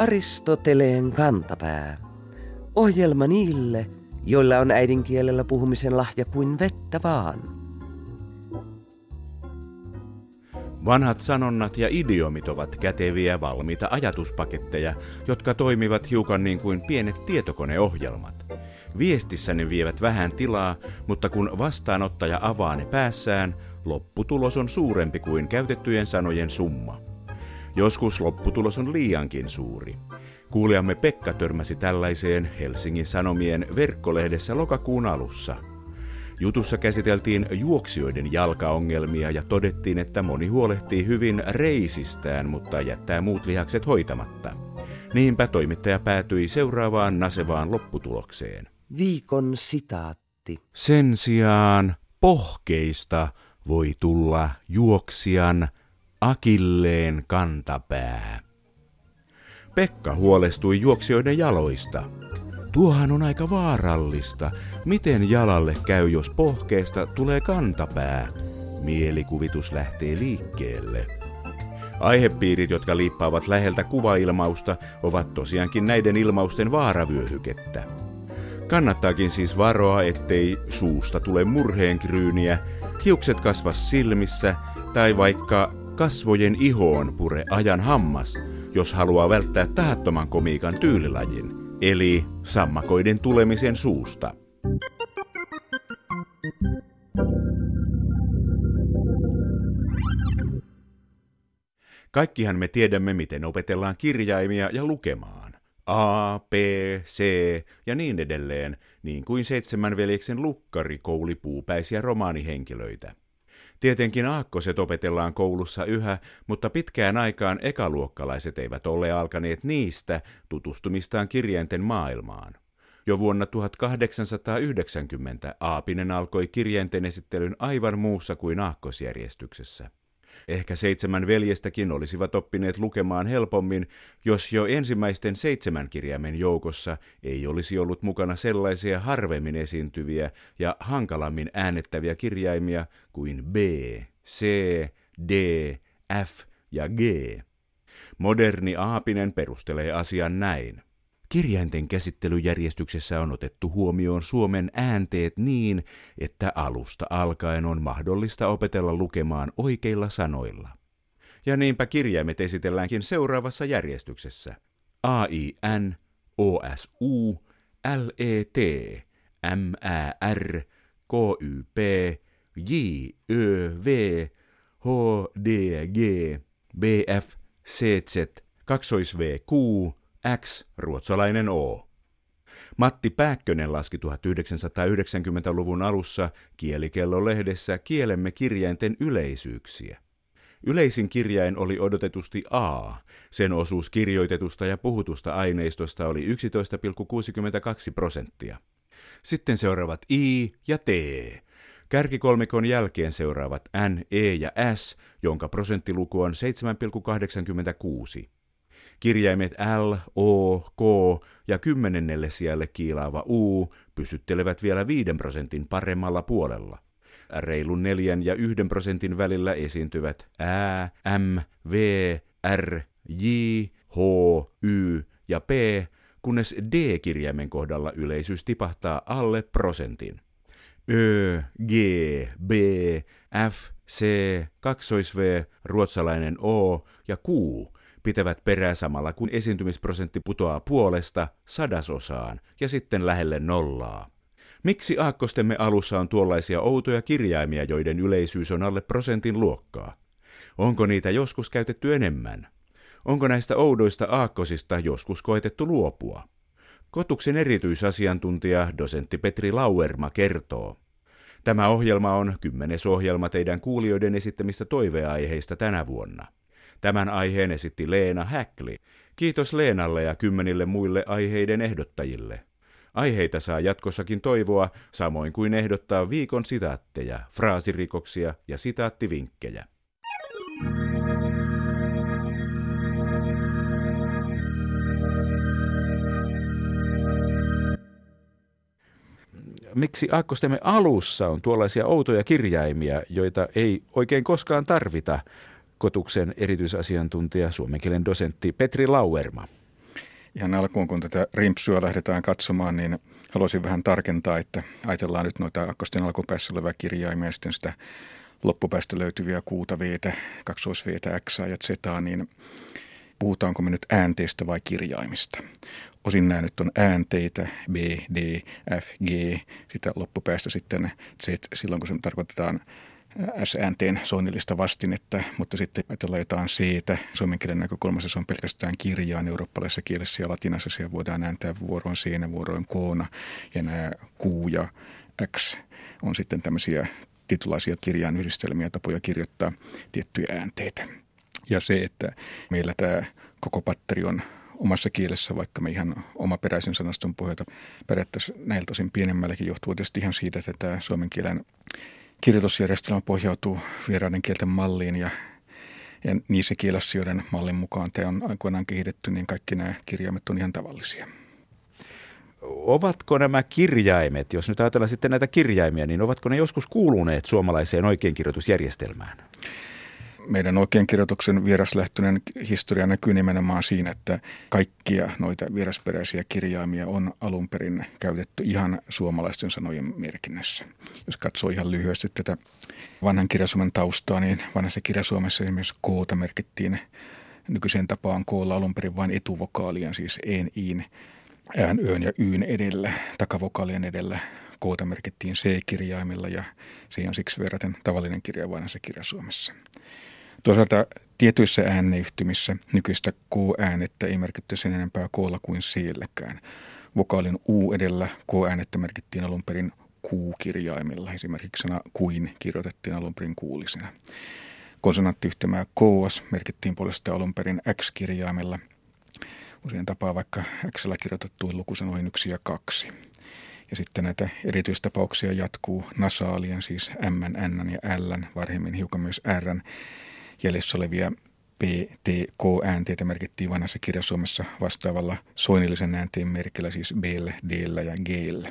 Aristoteleen kantapää. Ohjelma niille, joilla on äidinkielellä puhumisen lahja kuin vettä vaan. Vanhat sanonnat ja idiomit ovat käteviä, valmiita ajatuspaketteja, jotka toimivat hiukan niin kuin pienet tietokoneohjelmat. Viestissä ne vievät vähän tilaa, mutta kun vastaanottaja avaa ne päässään, lopputulos on suurempi kuin käytettyjen sanojen summa. Joskus lopputulos on liiankin suuri. Kuulijamme Pekka törmäsi tällaiseen Helsingin Sanomien verkkolehdessä lokakuun alussa. Jutussa käsiteltiin juoksijoiden jalkaongelmia ja todettiin, että moni huolehtii hyvin reisistään, mutta jättää muut lihakset hoitamatta. Niinpä toimittaja päätyi seuraavaan nasevaan lopputulokseen. Viikon sitaatti. Sen sijaan pohkeista voi tulla juoksijan akilleen kantapää. Pekka huolestui juoksijoiden jaloista. Tuohan on aika vaarallista. Miten jalalle käy, jos pohkeesta tulee kantapää? Mielikuvitus lähtee liikkeelle. Aihepiirit, jotka liippaavat läheltä kuvailmausta, ovat tosiaankin näiden ilmausten vaaravyöhykettä. Kannattaakin siis varoa, ettei suusta tule murheenkryyniä, hiukset kasva silmissä tai vaikka kasvojen ihoon pure ajan hammas, jos haluaa välttää tahattoman komiikan tyylilajin, eli sammakoiden tulemisen suusta. Kaikkihan me tiedämme, miten opetellaan kirjaimia ja lukemaan. A, P, C ja niin edelleen, niin kuin 7 veljeksen lukkari kouli puupäisiä romaanihenkilöitä. Tietenkin aakkoset opetellaan koulussa yhä, mutta pitkään aikaan ekaluokkalaiset eivät ole alkaneet niistä tutustumistaan kirjainten maailmaan. Jo vuonna 1890 Aapinen alkoi kirjainten esittelyn aivan muussa kuin aakkosjärjestyksessä. Ehkä 7 veljestäkin olisivat oppineet lukemaan helpommin, jos jo ensimmäisten 7 kirjaimen joukossa ei olisi ollut mukana sellaisia harvemmin esiintyviä ja hankalammin äännettäviä kirjaimia kuin B, C, D, F ja G. Moderni Aapinen perustelee asian näin. Kirjainten käsittelyjärjestyksessä on otettu huomioon Suomen äänteet niin, että alusta alkaen on mahdollista opetella lukemaan oikeilla sanoilla. Ja niinpä kirjaimet esitelläänkin seuraavassa järjestyksessä. A, I, N, O, S, U, L, E, T, M, Ä, R, K, Y, P, J, Ö, V, H, D, G, B, F, C, Z, V, Q, X, ruotsalainen O. Matti Pääkkönen laski 1990-luvun alussa Kielikello-lehdessä kielemme kirjainten yleisyyksiä. Yleisin kirjain oli odotetusti A. Sen osuus kirjoitetusta ja puhutusta aineistosta oli 11,62%. Sitten seuraavat I ja T. Kärkikolmikon jälkeen seuraavat N, E ja S, jonka prosenttiluku on 7,86. Kirjaimet L, O, K ja 10. sijalle kiilaava U pysyttelevät vielä 5% paremmalla puolella. Reilun 4 ja 1% välillä esiintyvät Ä, M, V, R, J, H, Y ja P, kunnes D-kirjaimen kohdalla yleisyys tipahtaa alle prosentin. Ö, G, B, F, C, V, ruotsalainen O ja Q pitävät perää samalla kun esiintymisprosentti putoaa puolesta 100% ja sitten lähelle nollaa. Miksi aakkostemme alussa on tuollaisia outoja kirjaimia, joiden yleisyys on alle prosentin luokkaa? Onko niitä joskus käytetty enemmän? Onko näistä oudoista aakkosista joskus koetettu luopua? Kotuksen erityisasiantuntija dosentti Petri Lauerma kertoo. Tämä ohjelma on 10. ohjelma teidän kuulijoiden esittämistä toiveaiheista tänä vuonna. Tämän aiheen esitti Leena Häkli. Kiitos Leenalle ja 10 muille aiheiden ehdottajille. Aiheita saa jatkossakin toivoa, samoin kuin ehdottaa viikon sitaatteja, fraasirikoksia ja sitaattivinkkejä. Miksi aakkostemme alussa on tuollaisia outoja kirjaimia, joita ei oikein koskaan tarvita? Kotuksen erityisasiantuntija, suomen kielen dosentti Petri Lauerma. Ihan alkuun, kun tätä rimpsua lähdetään katsomaan, niin haluaisin vähän tarkentaa, että ajatellaan nyt noita akkosten alkupäässä olevia kirjaimia ja sitten sitä loppupäästä löytyviä kuuta, veetä, kaksoisveetä, xää ja zetaa, niin puhutaanko me nyt äänteistä vai kirjaimista? Osin nämä nyt on äänteitä, B, D, F, G, sitä loppupäästä sitten Z, silloin kun se tarkoitetaan S-äänteen soinnillista vastinetta, mutta sitten ajatellaan jotain C-tä. Suomen kielen näkökulmassa se on pelkästään kirjaan eurooppalaisessa kielessä ja latinassa. Siellä voidaan ääntää vuoroin C-nä, vuoroin K-na, ja nämä Q ja X on sitten tämmöisiä tietynlaisia kirjainyhdistelmiä, tapoja kirjoittaa tiettyjä äänteitä. Ja se, että meillä tämä koko patteri on omassa kielessä, vaikka me ihan omaperäisen sanaston pohjalta pärjättäisiin näiltä osin pienemmälläkin, johtuu tietysti ihan siitä, että tämä suomen kielen kirjoitusjärjestelmä pohjautuu vieraiden kielten malliin ja niissä kielessä, joiden mallin mukaan tämä on aikoinaan kehitetty, niin kaikki nämä kirjaimet on ihan tavallisia. Ovatko nämä kirjaimet, jos nyt ajatellaan sitten näitä kirjaimia, niin ovatko ne joskus kuuluneet suomalaiseen oikeinkirjoitusjärjestelmään? Meidän oikeinkirjoituksen vieraslähtöinen historia näkyy nimenomaan siinä, että kaikkia noita vierasperäisiä kirjaimia on alun perin käytetty ihan suomalaisten sanojen merkinnässä. Jos katsoo ihan lyhyesti tätä vanhan kirjasuomen taustaa, niin vanhassa kirjasuomessa esimerkiksi K:ta merkittiin nykyiseen tapaan K:lla alun perin vain etuvokaalien, siis en, iin, ään, öön ja yyn edellä, takavokaalien edellä. K:ta merkittiin C-kirjaimilla ja se on siksi verraten tavallinen kirja vanhassa kirjasuomessa. Toisaalta tietyissä ääneyhtymissä nykyistä K-äänettä ei merkitty sen enempää K:lla kuin C-lläkään. Vokaalin U edellä K-äänettä merkittiin alun perin Q-kirjaimilla. Esimerkiksi sana kuin kirjoitettiin alun perin kuulisena. Konsonanttiyhtymää KS merkittiin puolestaan alun perin X-kirjaimilla. Usein tapaa vaikka X:llä kirjoitettuihin lukusanoihin 1 ja 2. Ja sitten näitä erityistapauksia jatkuu nasaalien, siis M, N ja L, varhemmin hiukan myös R. Jäljessä olevia P, T, K-äänteitä merkittiin vanhassa kirjasuomessa vastaavalla soinnillisen äänteen merkillä, siis B:llä, D:llä ja G:llä.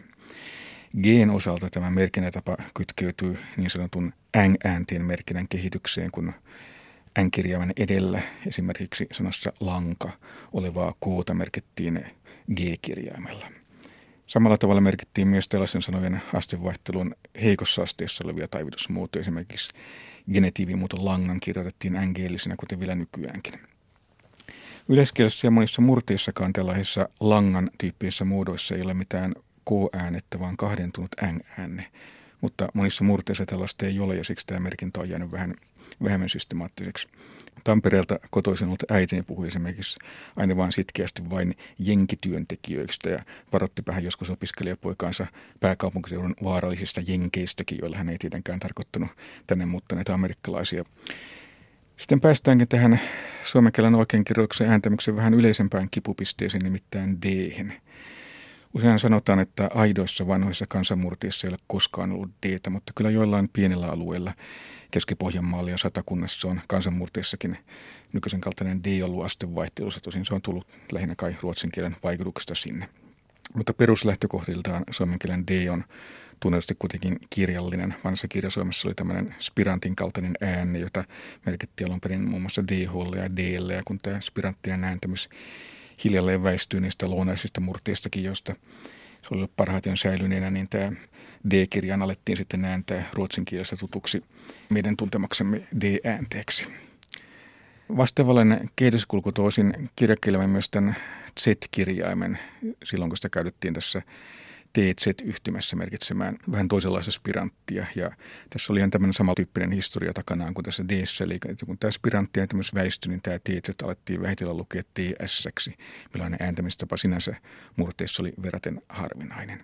G:n osalta tämä merkintätapa kytkeytyy niin sanotun äänteen merkinnän kehitykseen, kun N-kirjaimen edellä esimerkiksi sanassa lanka olevaa K:ta merkittiin G-kirjaimella. Samalla tavalla merkittiin myös tällaisen sanojen astevaihtelun heikossa asteessa olevia taivitusmuotoja. Esimerkiksi genetiivimuoto langan kirjoitettiin ng-lisenä, kuten vielä nykyäänkin. Yleiskielessä ja monissa murteissakaan tällaisissa langan tyyppisissä muodoissa ei ole mitään k-äänettä, vaan kahdentunut ng-äänne. Mutta monissa murteissa tällaista ei ole ja siksi tämä merkintä on jäänyt vähän vähemmän systemaattiseksi. Tampereelta kotoisin ollut äitini puhui esimerkiksi aina vaan sitkeästi vain jenkityöntekijöistä ja varoitti vähän joskus opiskelijapoikaansa pääkaupunkiseudun vaarallisista jenkeistäkin, joilla hän ei tietenkään tarkoittanut tänne muuttaneita amerikkalaisia. Sitten päästäänkin tähän suomen kielen oikeinkirjoituksen ääntämyksen vähän yleisempään kipupisteeseen, nimittäin D-hen. Usein sanotaan, että aidoissa vanhoissa kansanmurteissa ei ole koskaan ollut D-tä, mutta kyllä joillain pienillä alueilla Keski-Pohjanmaalla ja Satakunnassa on kansanmurteissakin nykyisen kaltainen D ollut astevaihtelussa. Tosin se on tullut lähinnä kai ruotsin kielen vaikutuksesta sinne. Mutta peruslähtökohdiltaan suomen kielen D on tunnetusti kuitenkin kirjallinen. Vanhassa kirjasuomessa oli tämmöinen spirantin kaltainen ääne, jota merkittiin alun perin muun muassa DH:lla ja D:llä. Ja kun tämä spiranttinen ääntämys hiljalleen väistyy niistä luonnoisista murteistakin, joista se oli parhaiten säilyneenä, niin tämä D-kirjan alettiin sitten ääntää ruotsin kielessä tutuksi meidän tuntemaksemme D-äänteeksi. Vastaavallinen kehityskulku toisin kirjakielemme myös tämän Z-kirjaimen silloin, kun sitä käytettiin tässä TZ-yhtymässä merkitsemään vähän toisenlaista spiranttia. Ja tässä oli ihan tämmöinen samantyyppinen historia takanaan kuin tässä D:ssä. Eli kun tämä spirantti ääntämys väistyi, niin tämä TZ alettiin vähitellen lukea TS-ksi, millainen ääntämistapa sinänsä murteissa oli verraten harvinainen.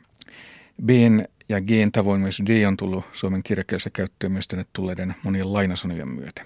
B:n ja G:n tavoin myös D on tullut suomen kirjakielessä käyttöön myös tänne tulleiden monien lainasanojen myötä.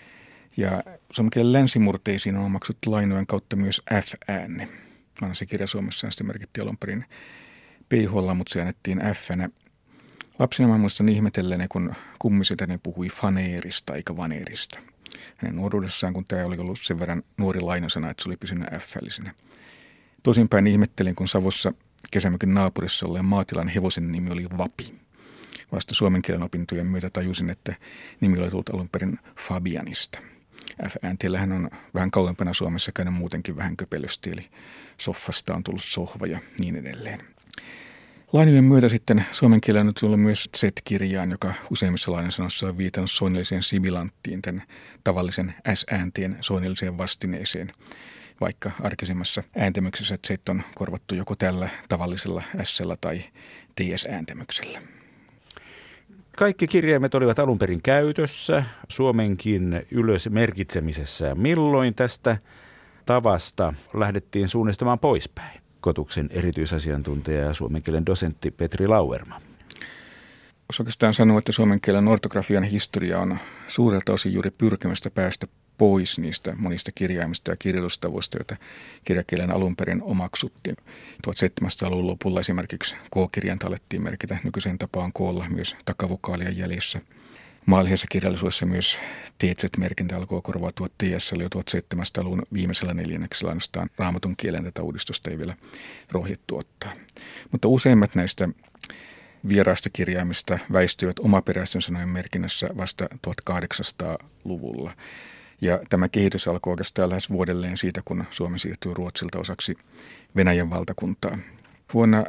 Ja suomen kielen länsimurteisiin on omaksuttu lainojen kautta myös F-äänne. Vanhassa kirjasuomessa sitä merkittiin alun perin PH:lla, mutta se äänettiin F-nä. Lapsena mä muistan ihmetelleen, kun kummisetäni puhui faneerista eikä vaneerista. Hänen nuoruudessaan, kun tämä oli ollut sen verran nuori lainasana, että se oli pysynyt F-lisenä. Toisinpäin ihmettelin, kun Savossa kesämökin naapurissa olleen maatilan hevosen nimi oli Vapi. Vasta suomen kielen opintojen myötä tajusin, että nimi oli tullut alun perin Fabianista. F-ääntiellähän on vähän kauempana Suomessa käynyt muutenkin vähän köpelösti, eli soffasta on tullut sohva ja niin edelleen. Lainojen myötä sitten suomen kielellä on tullut myös Z-kirjaan, joka useimmissa lainasanoissa on viitannut soinnilliseen sibilanttiin, tämän tavallisen S-ääntien soinnilliseen vastineeseen, vaikka arkisemmassa ääntämyksessä Z on korvattu joko tällä tavallisella S-llä tai TS-ääntämyksellä. Kaikki kirjaimet olivat alun perin käytössä suomenkin ylösmerkitsemisessä. Milloin tästä tavasta lähdettiin suunnistamaan poispäin? Kotuksen erityisasiantuntija ja suomen kielen dosentti Petri Lauerma. Voisi oikeastaan sanoa, että suomen kielen ortografian historia on suurelta osin juuri pyrkimästä päästä pois niistä monista kirjaimista ja kirjoitustavoista, joita kirjakielen alun perin omaksuttiin. 1700-luvun lopulla esimerkiksi K-kirjainta alettiin merkitä nykyiseen tapaan koolla myös takavokaalia jäljessä. Maallisessa kirjallisuudessa myös TZ-merkintä alkoi korvautua TS:llä jo 1700-luvun viimeisellä neljänneksellä, ainoastaan raamatun kielen tätä uudistusta ei vielä rohjettu ottaa. Mutta useimmat näistä vieraista kirjaimista väistyivät omaperäisten sanojen merkinnässä vasta 1800-luvulla. Ja tämä kehitys alkoi oikeastaan lähes vuodelleen siitä, kun Suomi siirtyi Ruotsilta osaksi Venäjän valtakuntaa. Vuonna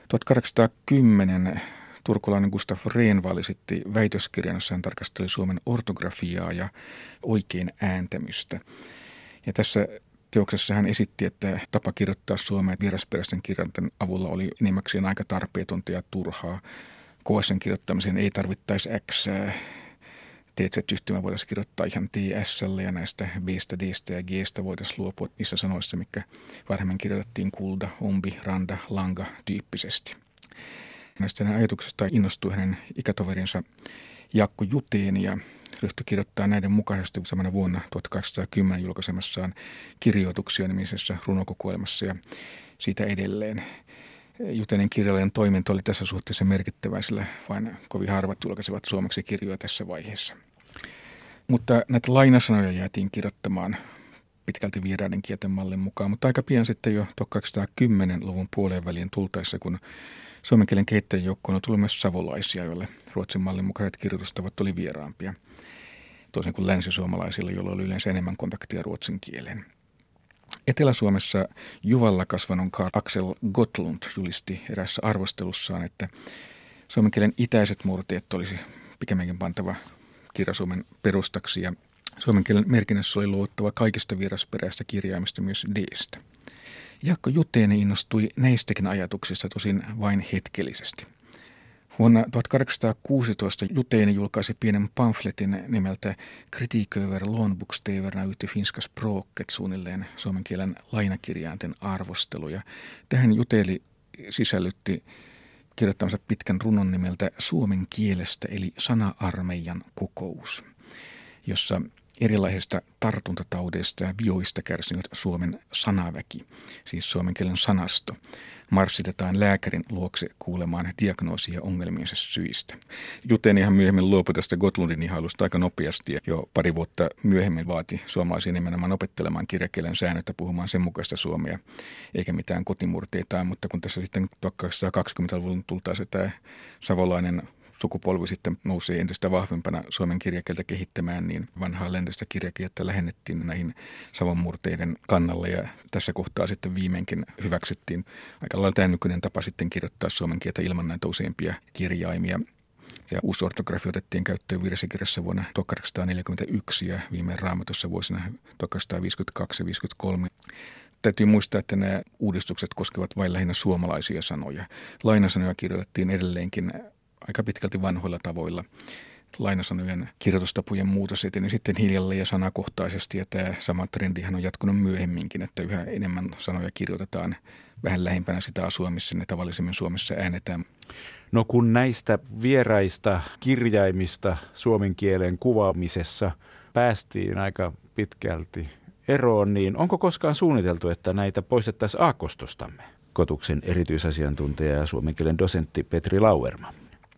1810 turkulainen Gustaf Reenvall esitti väitöskirjan, jossa hän tarkasteli Suomen ortografiaa ja oikein ääntämystä. Ja tässä teoksessa hän esitti, että tapa kirjoittaa suomea vierasperäisten kirjainten avulla oli enimmäkseen aika tarpeetonta ja turhaa. KS:n kirjoittamiseen ei tarvittaisi X:ää. TZ-yhtymä voitaisiin kirjoittaa ihan TS:llä ja näistä B:stä, D:stä ja G:stä voitaisiin luopua niissä sanoissa, mikä varhemmin kirjoitettiin kulda, ombi, randa, langa tyyppisesti. Näistä hänen ajatuksesta innostui hänen ikätoverinsa Jaakko Juteen ja ryhtyi kirjoittaa näiden mukaisesti samana vuonna 1810 julkaisemassaan Kirjoituksia nimisessä runokokoelmassa ja siitä edelleen. Jutenin kirjallinen toiminta oli tässä suhteessa merkittävä, sillä vain kovin harvat julkaisivat suomeksi kirjoja tässä vaiheessa. Mutta näitä lainasanoja jäätiin kirjoittamaan pitkälti vieraiden kielten mallin mukaan, mutta aika pian sitten jo 1810-luvun puoleen väliin tultaessa, kun suomen kielen kehittäjien joukkoon on tullut myös savolaisia, joille Ruotsin mallin mukaiset kirjoitustavat oli vieraampia, toisin kuin länsisuomalaisilla, joilla oli yleensä enemmän kontaktia ruotsin kieleen. Etelä-Suomessa Juvalla kasvanut Carl Axel Gottlund julisti erässä arvostelussaan, että suomen kielen itäiset murteet olisi pikemminkin pantava kirjasuomen perustaksi ja suomen kielen merkinnässä oli luovuttava kaikista vierasperäistä kirjaimista myös D:stä. Jaakko Juteeni innostui näistäkin ajatuksista tosin vain hetkellisesti. Vuonna 1816 Juteeni julkaisi pienen pamfletin nimeltä Kritik över lånbokstäverna ut i finska språket, suunnilleen suomen kielen lainakirjainten arvostelu. Ja tähän Juteeni sisällytti kirjoittamansa pitkän runon nimeltä Suomen kielestä eli sana-armeijan kokous, jossa erilaisista tartuntataudeista ja vioista kärsinyt Suomen sanaväki, siis suomen kielen sanasto, marssitetaan lääkärin luokse kuulemaan diagnoosia ongelmiensa syistä. Juteeni ihan myöhemmin luopui tästä Gottlundin ihailusta aika nopeasti ja jo pari vuotta myöhemmin vaati suomalaisia nimenomaan opettelemaan kirjakielen säännöt ja puhumaan sen mukaista suomea, eikä mitään kotimurteitaan, mutta kun tässä sitten 1820-luvulla tultaisiin tämä savolainen sukupolvi sitten nousee entistä vahvempana suomen kirjakieltä kehittämään, niin vanhaa läntistä kirjakieltä lähennettiin näihin savonmurteiden kannalle ja tässä kohtaa sitten viimeinkin hyväksyttiin aika lailla tämä nykyinen tapa sitten kirjoittaa suomen kieltä ilman näitä useampia kirjaimia. Ja uusi ortografi otettiin käyttöön virsikirjassa vuonna 1841 ja viimein Raamatussa vuosina 1852 ja 1853. Täytyy muistaa, että nämä uudistukset koskevat vain lähinnä suomalaisia sanoja. Lainasanoja kirjoitettiin edelleenkin aika pitkälti vanhoilla tavoilla. Lainasanojen kirjoitustapojen muutos eteni sitten hiljalleen ja sanakohtaisesti, ja tämä sama trendihän on jatkunut myöhemminkin, että yhä enemmän sanoja kirjoitetaan vähän lähempänä sitä asua, missä ne tavallisemmin Suomessa äänetään. No kun näistä vieraista kirjaimista suomen kielen kuvaamisessa päästiin aika pitkälti eroon, niin onko koskaan suunniteltu, että näitä poistettaisiin aakostostamme? Kotuksen erityisasiantuntija ja suomen kielen dosentti Petri Lauerma.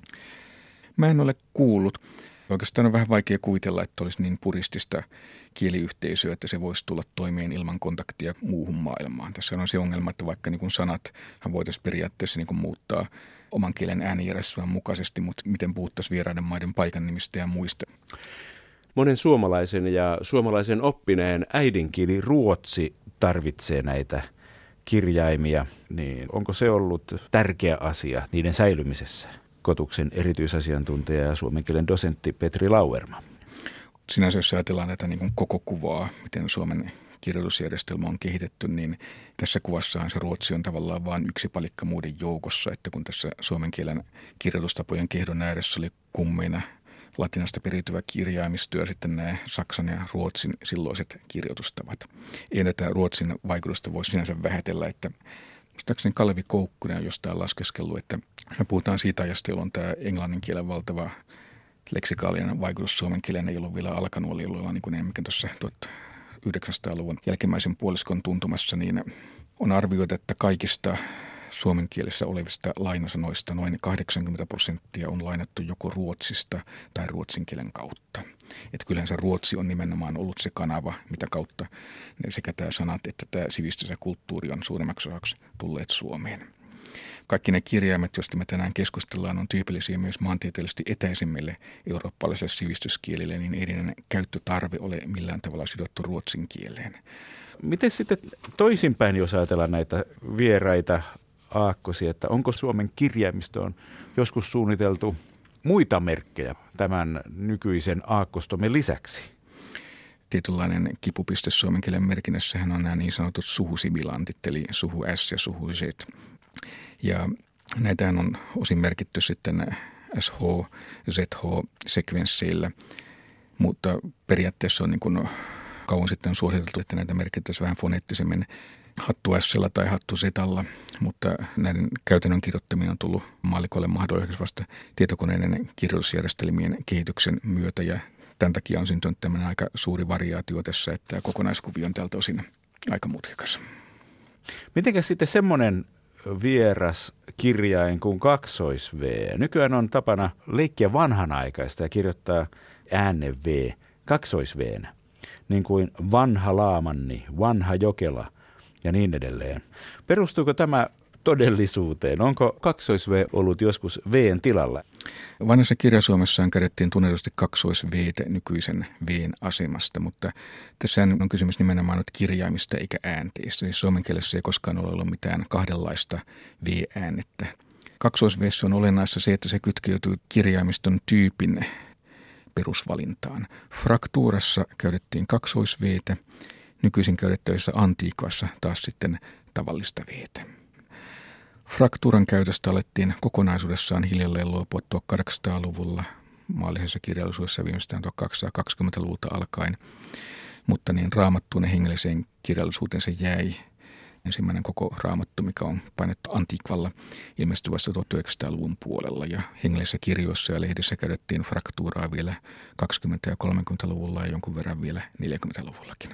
Mä en ole kuullut. Oikeastaan on vähän vaikea kuvitella, että olisi niin puristista kieliyhteisöä, että se voisi tulla toimeen ilman kontaktia muuhun maailmaan. Tässä on se ongelma, että vaikka niin sanathan voitaisiin periaatteessa niin muuttaa oman kielen äänijärjestelmän mukaisesti, mutta miten puhuttaisiin vieraiden maiden paikan nimistä ja muista. Monen suomalaisen ja suomalaisen oppineen äidinkieli ruotsi tarvitsee näitä kirjaimia, niin onko se ollut tärkeä asia niiden säilymisessä? Kotuksen erityisasiantuntija ja suomen kielen dosentti Petri Lauerma. Sinänsä jos ajatellaan tätä niin kuin koko kuvaa, miten Suomen kirjoitusjärjestelmä on kehitetty, niin tässä kuvassahan se ruotsi on tavallaan vain yksi palikka muiden joukossa, että kun tässä suomen kielen kirjoitustapojen kehdon ääressä oli kummeina latinasta periytyvä kirjaimisto ja sitten nämä saksan ja ruotsin silloiset kirjoitustavat. Ei tätä ruotsin vaikutusta voi sinänsä vähätellä, että muistaakseni Kalevi Koukkunen on jostain laskeskellut, että me puhutaan siitä ajasta, jolloin tämä englannin kielen valtava leksikaalinen vaikutus suomen kielen ei ollut vielä alkanut, oli ollut niin kuin enemmänkin tuossa 1900-luvun jälkimmäisen puoliskon tuntumassa, niin on arvioitu, että kaikista suomen kielessä olevista lainasanoista noin 80% on lainattu joko ruotsista tai ruotsin kielen kautta. Että kyllähän se ruotsi on nimenomaan ollut se kanava, mitä kautta sekä tämä sanat että tämä sivistys ja kulttuuri on suuremmaksi osaksi tulleet Suomeen. Kaikki ne kirjaimet, joista me tänään keskustellaan, on tyypillisiä myös maantieteellisesti etäisimmille eurooppalaisille sivistyskielille, niin ei niiden käyttötarve ole millään tavalla sidottu ruotsin kieleen. Miten sitten toisinpäin, jos ajatellaan näitä vieraita aakkosia, että onko Suomen kirjaimistoon joskus suunniteltu muita merkkejä tämän nykyisen aakkostomme lisäksi? Tietynlainen kipupiste suomen kielen merkinnässähän on nämä niin sanotut suhusibilantit, eli suhu S ja suhu Z. Ja näitähän on osin merkitty sitten SH, ZH-sekvensseillä, mutta periaatteessa on niin kuin kauan sitten suositeltu, että näitä merkittäisiin vähän foneettisemmin hattu S:llä tai hattu Z:llä, mutta näiden käytännön kirjoittaminen on tullut maallikoille mahdolliseksi vasta tietokoneiden kirjoitusjärjestelmien kehityksen myötä ja tämän takia on syntynyt tämmöinen aika suuri variaatio tässä, että kokonaiskuvio on tältä osin aika mutkikas. Mitenkäs sitten semmoinen vieras kirjain kuin kaksois-V? Nykyään on tapana leikkiä vanhanaikaista ja kirjoittaa äänen V kaksois-V:nä, niin kuin vanha Laamanni, vanha Jokela ja niin edelleen. Perustuuko tämä todellisuuteen? Onko kaksois-V ollut joskus V:n tilalla? Vanhassa kirjasuomessaan käytettiin tunnetusti kaksois-V:tä nykyisen V:n asemasta, mutta tässä on kysymys nimenomaan nyt kirjaimista eikä äänteistä. Siis suomen kielessä ei koskaan ole ollut mitään kahdenlaista V-äännettä. Kaksois-V:ssä on olennaista se, että se kytkeytyy kirjaimiston tyypin perusvalintaan. Fraktuurassa käytettiin kaksois-V:tä, nykyisin käytettävissä antiikassa taas sitten tavallista V:tä. Fraktuuran käytöstä alettiin kokonaisuudessaan hiljalleen luopua 1800-luvulla, maallisessa kirjallisuudessa viimeistään 1220-luvulta alkaen, mutta niin raamattuun ja hengelliseen kirjallisuuteen se jäi. Ensimmäinen koko raamattu, mikä on painettu antiikvalla, ilmestyi vasta 1900-luvun puolella ja hengellisissä kirjoissa ja lehdissä käytettiin fraktuuraa vielä 20- ja 30-luvulla ja jonkun verran vielä 40-luvullakin.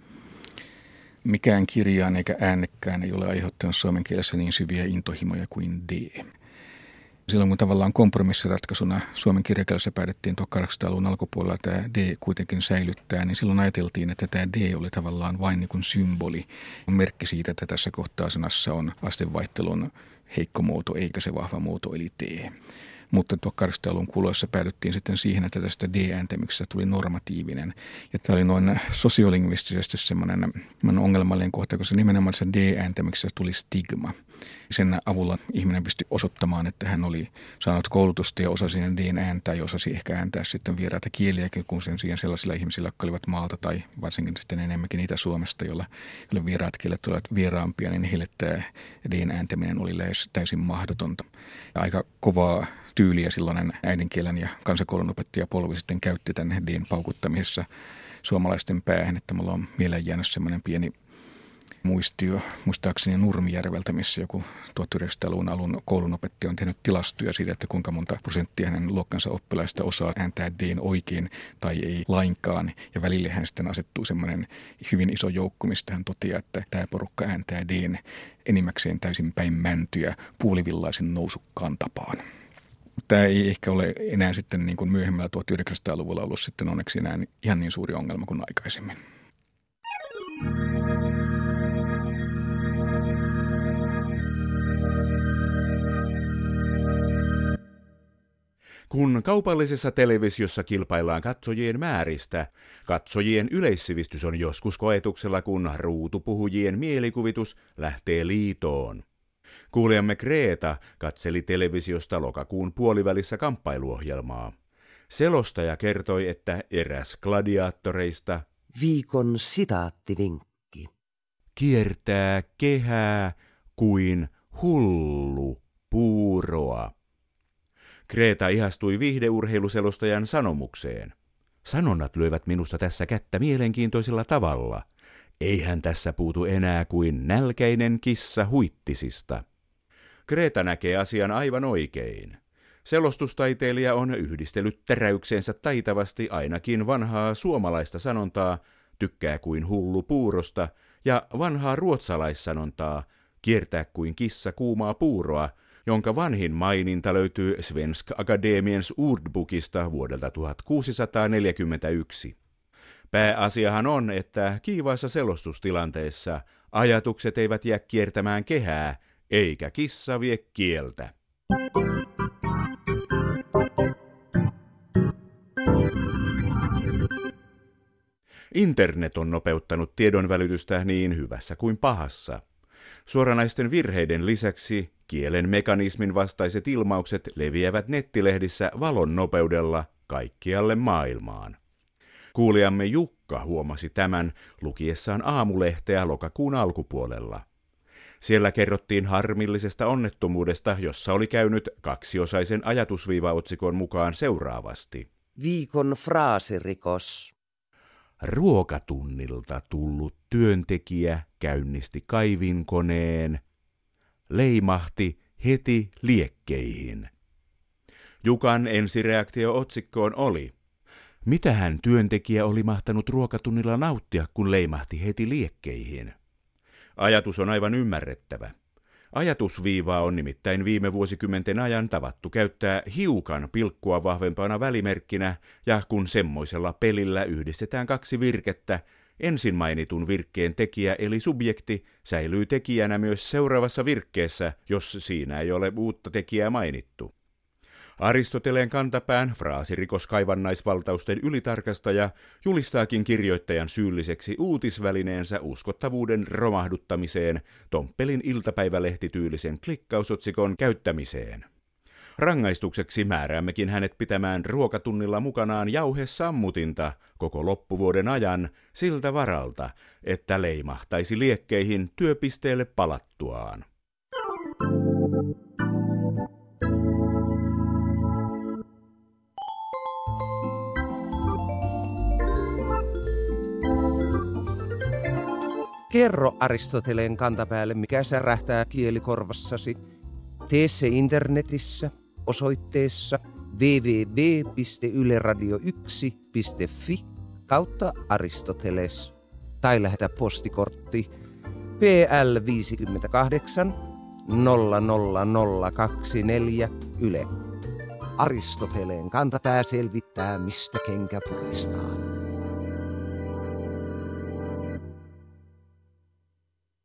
Mikään kirjaan eikä äänekkään ei ole aiheuttanut suomen kielessä niin syviä intohimoja kuin D. Silloin kun tavallaan kompromissiratkaisuna suomen kirjakielessä päätettiin 1800-luvun alkupuolella tämä D kuitenkin säilyttää, niin silloin ajateltiin, että tämä D oli tavallaan vain niin kuin symboli, merkki siitä, että tässä kohtaa sanassa on astevaihtelun heikko muoto eikä se vahva muoto eli D. Mutta 1800-luvun kuluessa päädyttiin sitten siihen, että tästä D-ääntämyksestä tuli normatiivinen. Ja tämä oli noin sosiolingvistisesti semmoinen ongelmallinen kohta, koska nimenomaan tässä D-ääntämyksestä tuli stigma. Sen avulla ihminen pystyi osoittamaan, että hän oli saanut koulutusta ja osasi D:n ääntää ja osasi ehkä ääntää sitten vieraita kieliäkin, kun sen sijaan sellaisilla ihmisillä, jotka olivat maalta tai varsinkin sitten enemmänkin Itä-Suomesta, joilla vieraat kielet olivat vieraampia, niin heille tämä D:n ääntäminen oli lähes täysin mahdotonta. Ja aika kovaa tyyliä silloinen äidinkielen ja kansakoulun opettaja polvi sitten käytti tämän D:n paukuttamisessa suomalaisten päähän, että mulla on mieleen jäänyt semmoinen pieni muistio, muistaakseni Nurmijärveltä, missä joku 1900-luvun alun koulunopettaja on tehnyt tilastoja siitä, että kuinka monta prosenttia hänen luokkansa oppilaista osaa ääntää D:n oikein tai ei lainkaan. Ja välille hän sitten asettuu semmoinen hyvin iso joukko, mistä hän toteaa, että tämä porukka ääntää D:n enimmäkseen täysin päin mäntyä puolivillaisen nousukkaan tapaan. Tämä ei ehkä ole enää sitten niin kuin myöhemmällä 1900-luvulla ollut sitten onneksi enää ihan niin suuri ongelma kuin aikaisemmin. Kun kaupallisessa televisiossa kilpaillaan katsojien määristä, katsojien yleissivistys on joskus koetuksella, kun ruutupuhujien mielikuvitus lähtee liitoon. Kuulijamme Greta katseli televisiosta lokakuun puolivälissä kamppailuohjelmaa. Selostaja kertoi, että eräs gladiaattoreista Viikon sitaattivinkki. Kiertää kehää kuin hullu puuroa. Greta ihastui viihdeurheiluselostajan sanomukseen. Sanonnat lyövät minusta tässä kättä mielenkiintoisella tavalla. Eihän tässä puutu enää kuin nälkäinen kissa huittisista. Greta näkee asian aivan oikein. Selostustaiteilija on yhdistellyt täräykseensä taitavasti ainakin vanhaa suomalaista sanontaa, tykkää kuin hullu puurosta, ja vanhaa ruotsalaissanontaa, kiertää kuin kissa kuumaa puuroa, jonka vanhin maininta löytyy Svensk Akademiens Ordbokista vuodelta 1641. Pääasiahan on, että kiivaissa selostustilanteissa ajatukset eivät jää kiertämään kehää, eikä kissa vie kieltä. Internet on nopeuttanut tiedonvälitystä niin hyvässä kuin pahassa. Suoranaisten virheiden lisäksi kielen mekanismin vastaiset ilmaukset leviävät nettilehdissä valon nopeudella kaikkialle maailmaan. Kuulijamme Jukka huomasi tämän lukiessaan aamulehteä lokakuun alkupuolella. Siellä kerrottiin harmillisesta onnettomuudesta, jossa oli käynyt kaksiosaisen ajatusviivaotsikon mukaan seuraavasti. Viikon fraasirikos. Ruokatunnilta tullut työntekijä käynnisti kaivinkoneen, leimahti heti liekkeihin. Jukan ensireaktio otsikkoon oli: mitähän työntekijä oli mahtanut ruokatunnilla nauttia, kun leimahti heti liekkeihin? Ajatus on aivan ymmärrettävä. Ajatusviivaa on nimittäin viime vuosikymmenten ajan tavattu käyttää hiukan pilkkua vahvempana välimerkkinä, ja kun semmoisella pelillä yhdistetään kaksi virkettä, ensin mainitun virkkeen tekijä eli subjekti säilyy tekijänä myös seuraavassa virkkeessä, jos siinä ei ole uutta tekijää mainittu. Aristoteleen kantapään fraasirikoskaivannaisvaltausten ylitarkastaja julistaakin kirjoittajan syylliseksi uutisvälineensä uskottavuuden romahduttamiseen Tomppelin iltapäivälehtityylisen klikkausotsikon käyttämiseen. Rangaistukseksi määräämmekin hänet pitämään ruokatunnilla mukanaan jauhesammutinta koko loppuvuoden ajan siltä varalta, että leimahtaisi liekkeihin työpisteelle palattuaan. Kerro Aristoteleen kantapäälle, mikä särähtää kielikorvassasi. Tee se internetissä osoitteessa www.yleradio1.fi/Aristoteles tai lähetä postikortti PL 58 00024 Yle. Aristoteleen kantapää selvittää, mistä kenkä puristaa.